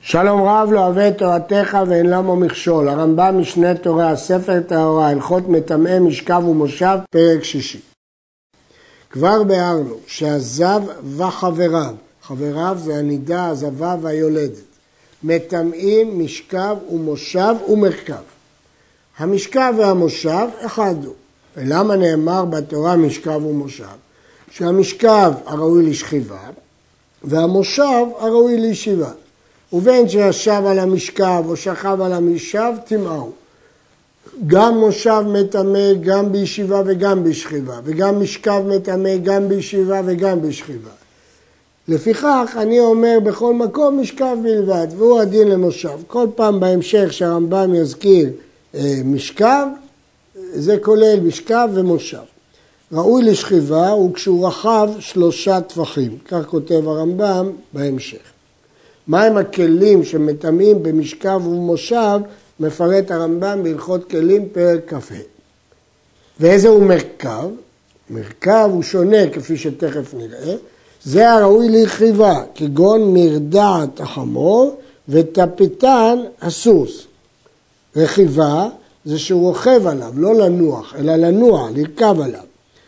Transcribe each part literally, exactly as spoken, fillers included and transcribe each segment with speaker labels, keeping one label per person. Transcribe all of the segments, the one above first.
Speaker 1: שלום רב לא אוהב את תורתך ואין למו מכשול. הרמב"ם משנה תורה, ספר טהרה, הלכות מטמאי משכב ומושב, פרק שישי. כבר ביארנו שהזב וחבריו, חבריו זה הנידה, הזבה והיולדת, מטמאים משכב ומושב ומרכב. המשכב והמושב אחד הוא. ולמה נאמר בתורה משכב ומושב? שהמשכב הראוי לשכיבה והמושב הראוי לישיבה. ובין שישב על המשכב או שכב על המשכב, תמאו. גם מושב מטמא גם בישיבה וגם בשכיבה, וגם משכב מטמא גם בישיבה וגם בשכיבה. לפיכך אני אומר בכל מקום משכב בלבד, והוא הדין למושב. כל פעם בהמשך שהרמב"ם יזכיר אה, משכב, זה כולל משכב ומושב. ראוי לשכיבה הוא כשהוא רחב שלושה טפחים, כך כותב הרמב"ם בהמשך. מהם הכלים שמטמאים במשכב ובמושב, מפרט הרמב"ם בהלכות כלים פרק כ"ה. ואיזה הוא מרכב? מרכב הוא שונה כפי שתכף נראה. זה הראוי לרכיבה, כגון מרדעת החמור וטפטן הסוס. רכיבה זה שהוא רוכב עליו, לא לנוח, אלא לנוע, לרכב עליו.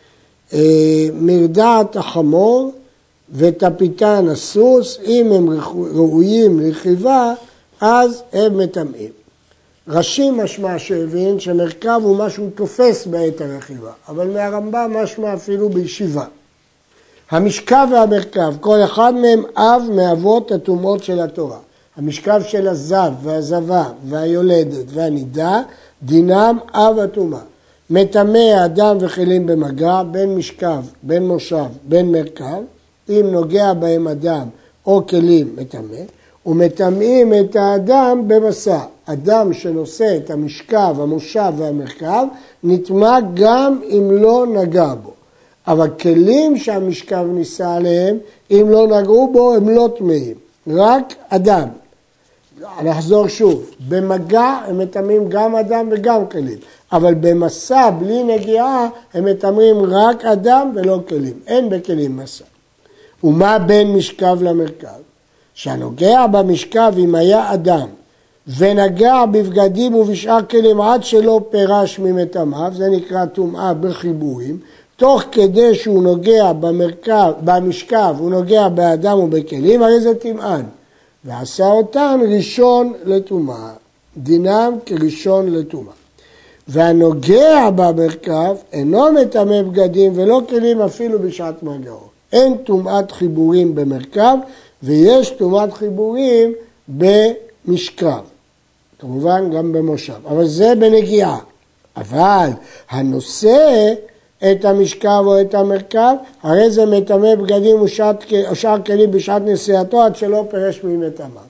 Speaker 1: מרדעת החמור וטפטן הסוס, אם הם ראויים לרכיבה, אז הם מטמאים. רש"י משמע שהבין שמרכב הוא משהו תופס בעת הרכיבה, אבל מהרמב"ם משמע אפילו בישיבה. המשכב והמרכב, כל אחד מהם אב מאבות הטומאות של התורה. המשכב של הזב והזבה והיולדת והנידה, דינם אב הטומאה. מטמא האדם וכלים במגע, בין משכב, בין מושב, בין מרכב, אם נוגע בהם אדם או כלים מטמא, ומטמאים את האדם במסע. אדם שנושא את המשכב, המושב והמרכב, נטמא גם אם לא נגע בו. אבל כלים שהמשכב נישא עליהם, אם לא נגעו בו, הם לא טמאים. רק אדם. נחזור שוב, במגע הם מטמאים גם אדם וגם כלים. אבל במסע, בלי נגיעה, הם מטמאים רק אדם ולא כלים. אין בכלים מסע. ומה בין משכב למרכב? שהנוגע במשכב אם היה אדם ונגע בבגדים ובשאר כלים עד שלא פירש ממטמאיו, זה נקרא טומאה בחיבורים, תוך כדי שהוא נוגע במרכב, במשכב, הוא נוגע באדם ובכלים, הרי זה טמאן. ועשה אותן ראשון לטומאה, דינם כראשון לטומאה. והנוגע במרכב אינו מטמא בגדים ולא כלים אפילו בשעת מגעו. אין טומאת חיבורים במרכב, ויש טומאת חיבורים במשכב. כמובן גם במושב, אבל זה בנגיעה. אבל הנושא את המשכב או את המרכב, הרי זה מטמא בגדים ושאר כלים בשעת נסיעתו עד שלא פירש ממטמאיו.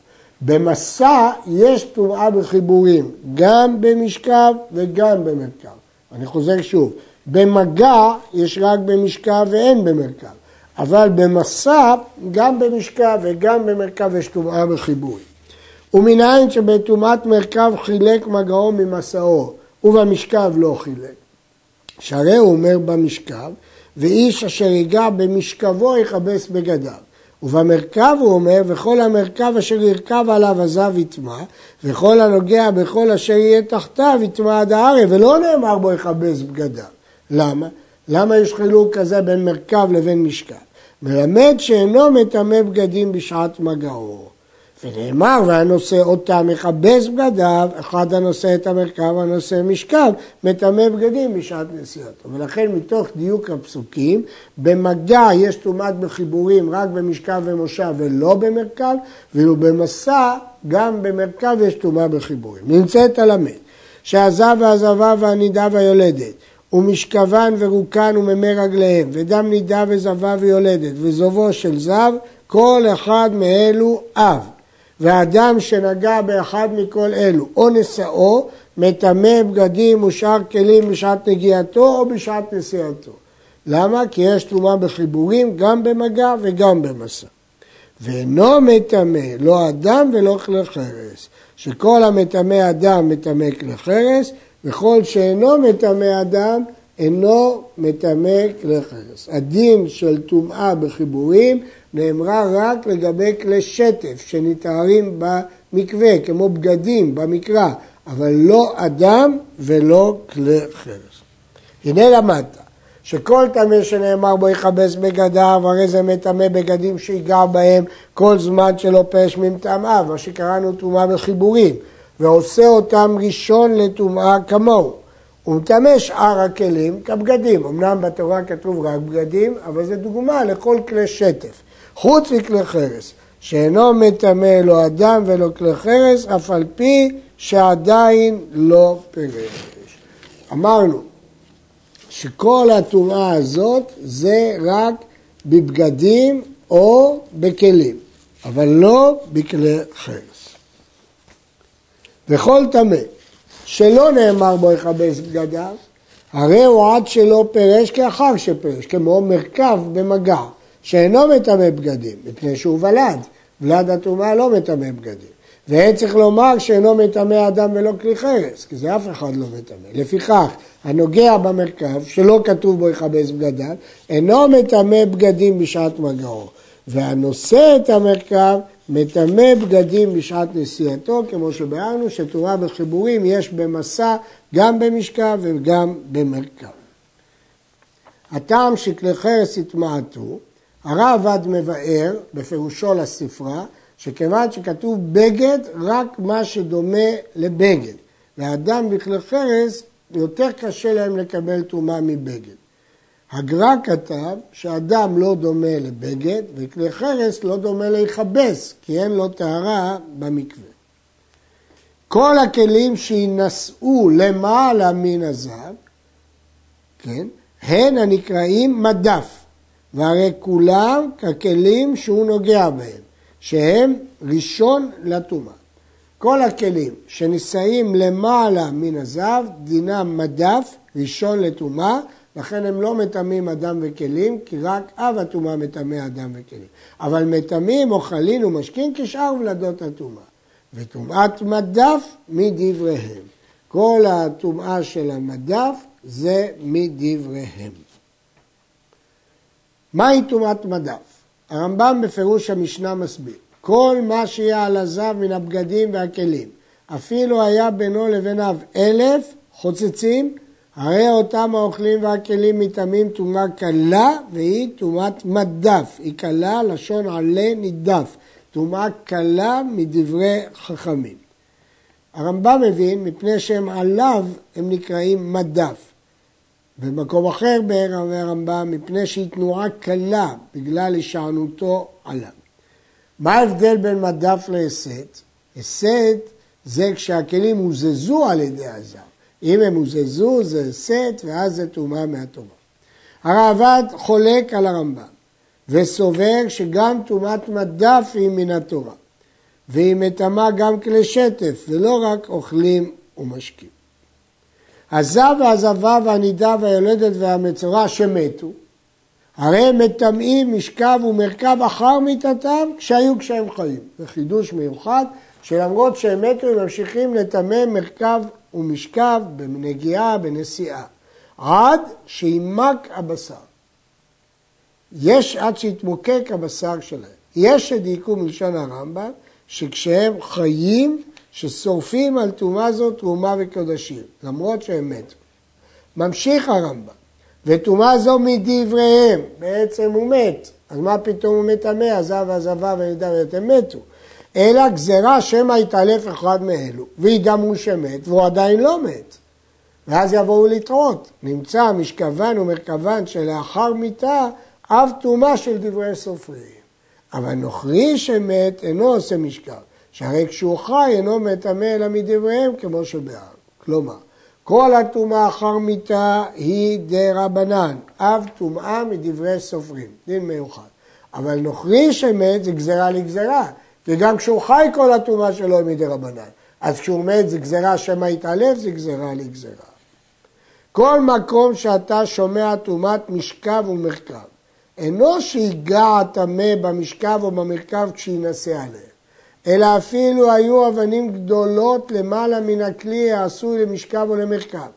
Speaker 1: במסע יש טומאה בחיבורים, גם במשכב וגם במרכב. אני חוזר שוב, במגע יש רק במשכב ואין במרכב. אבל במסע, גם במשכב וגם במרכב יש טומאה בחיבורים. ומנין שבטומאת מרכב חילק מגעו ממסעו, ובמשכב לא חילק. שהרי הוא אומר במשכב, ואיש אשר ייגע במשכבו יכבס בגדיו. ובמרכב הוא אומר, וכל המרכב אשר ירכב עליו עזב יטמא, וכל הנוגע בכל אשר יהיה תחתיו יטמא עד הערב, ולא נאמר בו יכבס בגדיו. למה? למה יש חילוק כזה בין מרכב לבין משכב? מלמד שאינו מטמא בגדים בשעת מגעו. ונאמר, והנושא אותה מכבס בגדיו, אחד הנושא את המרכב, הנושא משכב, מטמא בגדים בשעת נסיעתו. ולכן מתוך דיוק הפסוקים, במגע יש טומאת בחיבורים רק במשכב ומושב ולא במרכב, ואילו במסע גם במרכב יש טומאה בחיבורים. נמצאת הלמד, שהזב והזבה והנידה והיולדת, ומשכבן ורוקן וממי רגליהם, ודם נידה וזבה ויולדת, וזובו של זב, כל אחד מאלו אב. והאדם שנגע באחד מכל אלו, או נשאו, מטמא בגדים ושאר כלים בשעת נגיעתו או בשעת נסיעתו. למה? כי יש טומאה בחיבורים גם במגע וגם במסע. ואינו מטמא, לא אדם ולא כלי חרס. שכל המטמא אדם מטמא כלי חרס, וכל שאינו מטמא אדם אינו מטמא כלי חרס. הדין של טומאה בחיבורים נאמרה רק לגבי כלי שטף שנטהרים במקווה, כמו בגדים במקרא, אבל לא אדם ולא כלי חרס. הנה למדת שכל טמא שנאמר בו יכבס בגדיו, הרי זה מטמא בגדים שיגע בהם כל זמן שלא פרש ממטמאיו, מה שקראנו טומאה בחיבורים, ועושה אותם ראשון לטומאה כמוהו. ומטמא שאר הכלים כבגדים. אמנם בתורה כתוב רק בגדים, אבל זה דוגמה לכל כלי שטף. חוץ מכלי חרס, שאינו מטמא לא אדם ולא כלי חרס, אף על פי שעדיין לא פירש. אמרנו שכל הטומאה הזאת זה רק בבגדים או בכלים, אבל לא בכלי חרס. וכל טמא שלא נאמר בו יכבס בגדיו, הרי הוא עד שלא פירש כאחר שפירש, כמו מרכב במגע, שאינו מטמא בגדים, מפני שהוא ולד, ולד הטומאה לא מטמא בגדים. ואין צריך לומר שאינו מטמא אדם ולא כלי חרס, כי זה אף אחד לא מטמא. לפיכך, הנוגע במרכב, שלא כתוב בו יכבס בגדיו, אינו מטמא בגדים בשעת מגעו, והנושא את המרכב מטמא בגדים בשעת נשיאתו, כמו שבארנו שטומאה בחיבורים יש במסע גם במשכב וגם במרכב. הטעם שכלי חרס התמעטו, הרב עד מבאר בפירושו לספרה, שכיוון שכתוב בגד רק מה שדומה לבגד, והאדם בכלי חרס יותר קשה להם לקבל טומאה מבגד. הגר"א כתב שאדם לא דומה לבגד וכלי חרס לא דומה להיכבס, כי אין לו טהרה במקווה. כל הכלים שינשאו למעלה מן הזב, כן, הן הנקראים מדף, והרי כולם ככלים שהוא נוגע בהם, שהם ראשון לטומאה. כל הכלים שנישאים למעלה מן הזב, דינם מדף, ראשון לטומאה, לכן הם לא מטמאים אדם וכלים, כי רק אב הטומאה מטמא אדם וכלים. אבל מטמאים אוכלים ומשקים כשאר ולדות הטומאה. וטומאת מדף מדבריהם. כל הטומאה של המדף זה מדבריהם. מהי טומאת מדף? הרמב"ם בפירוש המשנה מסביר. כל מה שיהיה על הזב מן הבגדים והכלים, אפילו היה בינו לביניו אלף חוצצים, הרי אותם האוכלים והכלים מטמאים טומאה קלה, והיא טומאת מדף. היא קלה, לשון עלה נידף. טומאה קלה מדברי חכמים. הרמב"ם מבין, מפני שהם עליו, הם נקראים מדף. במקום אחר ברמב"ם, מפני שהיא תנועה קלה, בגלל הישענותו עליו. מה ההבדל בין מדף להסת? הסת זה כשהכלים הוזזו על ידי הזב. אם הם הוזזו זה הסת ואז זה טומאה מהטומאה. הראב"ד חולק על הרמב"ם וסובר שגם טומאת מדף היא מן התורה. והיא מטמאה גם כלי שטף ולא רק אוכלים ומשקים. הזב והזבה והנידה והיולדת והמצורע שמתו, הרי הם מטמאים משכב ומרכב אחר מיתתם כשהיו כשהם חיים. זה חידוש מיוחד שלמרות שהם מתו הם ממשיכים לטמא מרכב ומשכב בנגיעה, בנשיאה, עד שימק הבשר. יש עד שיתמוקק הבשר שלהם. יש שדייקו מלשון הרמב"ם שכשהם חיים ששורפים על טומאה זאת תרומה וקודשים, למרות שהם מתו. ממשיך הרמב"ם, וטומאה זו מדבריהם, בעצם הוא מת, אז מה פתאום הוא מטמא, הזב והזבה ונידה ואתם מתו. אלא גזרה שמא יתעלף אחד מאלו, וידמו שמת, והוא עדיין לא מת. ואז יבואו לטעות, נמצא משכבן ומרכבן שלאחר מיתה, אף טומאה של דברי סופרים. אבל נוכרי שמת אינו עושה משכב, שהרי כשהוא חי אינו מטמא אלא מדבריהם כמו שבאר. כלומר, כל הטומאה אחר מיתה היא דרבנן, אף טומאה מדברי סופרים, דין מיוחד. אבל נוכרי שמת זה גזרה לגזרה, וגם כשהוא חי כל הטומאה שלו היא מדרבנן. אז כשהוא מת זה גזרה שמא יתעלף, זה גזרה לגזרה. כל מקום שאתה שומע טומאת משכב ומרכב, אינו שיגע הטמא במשכב או במרכב כשינשא עליהם, אלא אפילו היו אבנים גדולות למעלה מן הכלי העשוי למשכב או למרכב,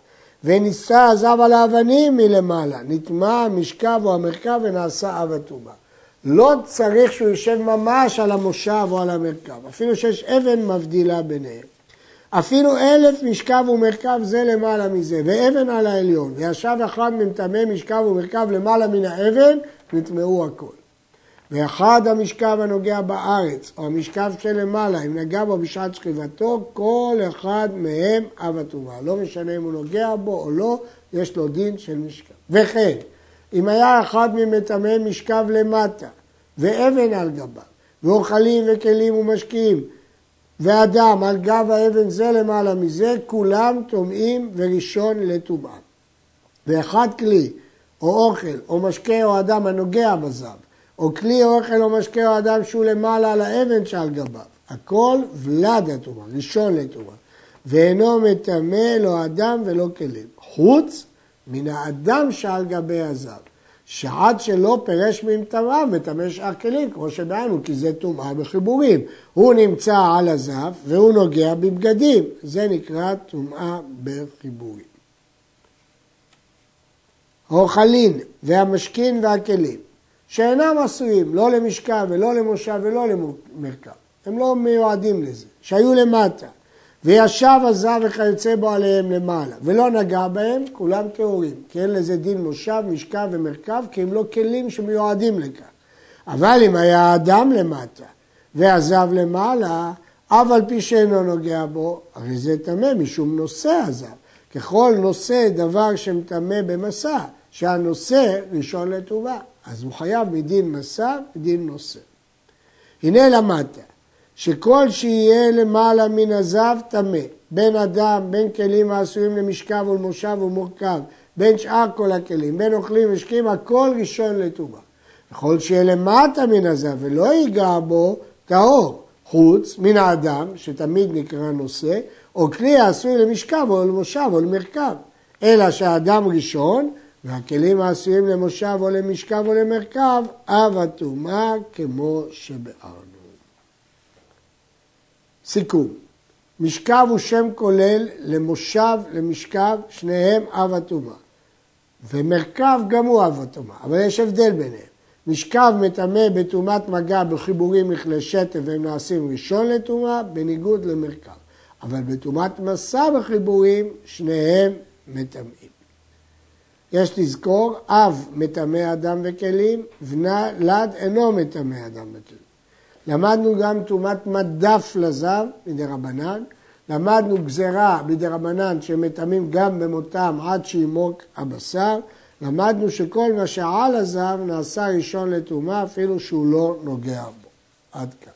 Speaker 1: ונישא הזב על האבנים מלמעלה, נטמע המשכב או המרכב ונעשה אב הטומאה. לא צריך שהוא יושב ממש על המושב או על המרכב, אפילו שיש אבן מבדילה ביניהם. אפילו אלף משכב ומרכב זה למעלה מזה, ואבן על העליון, וישב אחד ממטמא משכב ומרכב למעלה מן האבן, נטמעו הכל. ואחד המשכב הנוגע בארץ, או המשכב שלמעלה, אם נגע בו בשעת שכיבתו, כל אחד מהם אב הטומאה. לא משנה אם הוא נוגע בו או לא, יש לו דין של משכב. וכן, אם היה אחד ממטמא משכב למטה, ואבן על גביו, ואוכלים וכלים ומשקיעים, ואדם על גב האבן זה למעלה מזה, כולם טומאים וראשון לטומאה. ואחד כלי, או אוכל, או משקה, או אדם הנוגע בזב, או כלי או אוכל או משקה או אדם שהוא למעלה על האבן שעל גביו. הכל ולד הטומאה, ראשון לטומאה. ואינו מטמא לא אדם ולא כלים. חוץ מן האדם שעל גבי הזב. שעד שלא פרש ממטמאיו מטמא שאר כלים, כמו שבענו, כי זה טומאה בחיבורים. הוא נמצא על הזב והוא נוגע בבגדים. זה נקרא טומאה בחיבורים. האוכלין והמשכין והכלים. שאינם עשויים, לא למשכב ולא למושב ולא למרכב. הם לא מיועדים לזה. שהיו למטה, וישב הזב וכיוצא בו עליהם למעלה, ולא נגע בהם, כולם טהורים. כי אין לזה דין מושב, משכב ומרכב, כי הם לא כלים שמיועדים לכך. אבל אם היה אדם למטה, והזב למעלה, אף על פי שאינו נוגע בו, הרי זה טמא משום נושא הזב. ככל נושא דבר שמטמא במסע, שהנושא ראשון לטומאה. אז הוא חייב מדין מסע ודין נושא. הנה למטה, שכל שיהיה למעלה מן הזב טמא, בין אדם, בין כלים העשויים למשכב ולמושב ומורכב, בין שאר כל הכלים, בין אוכלים ומשקים, הכל ראשון לטומאה. וכל שיהיה למטה מן הזב ולא ייגע בו, טהור, חוץ מן האדם, שתמיד נקרא נושא, או כלי העשוי למשכב או למושב או למרכב. אלא שהאדם ראשון, והכלים העשויים למושב או למשכב או למרכב, אב הטומאה כמו שבארנו. סיכום. משכב הוא שם כולל למושב, למשכב, שניהם אב הטומאה. ומרכב גם הוא אב הטומאה, אבל יש הבדל ביניהם. משכב מטמא בטומאת מגע בחיבורים מכלי שתן והם נעשים ראשון לטומאה, בניגוד למרכב. אבל בטומאת מסע בחיבורים, שניהם מטמאים. יש לזכור, אב מטמא אדם וכלים, ולד אינו מטמא אדם וכלים. למדנו גם טומאת מדף לזב, מדי רבנן. למדנו גזרה מדי רבנן שמטמאים גם במותם עד שימוק הבשר. למדנו שכל מה שעל הזב נעשה ראשון לטומאה, אפילו שהוא לא נוגע בו. עד כאן.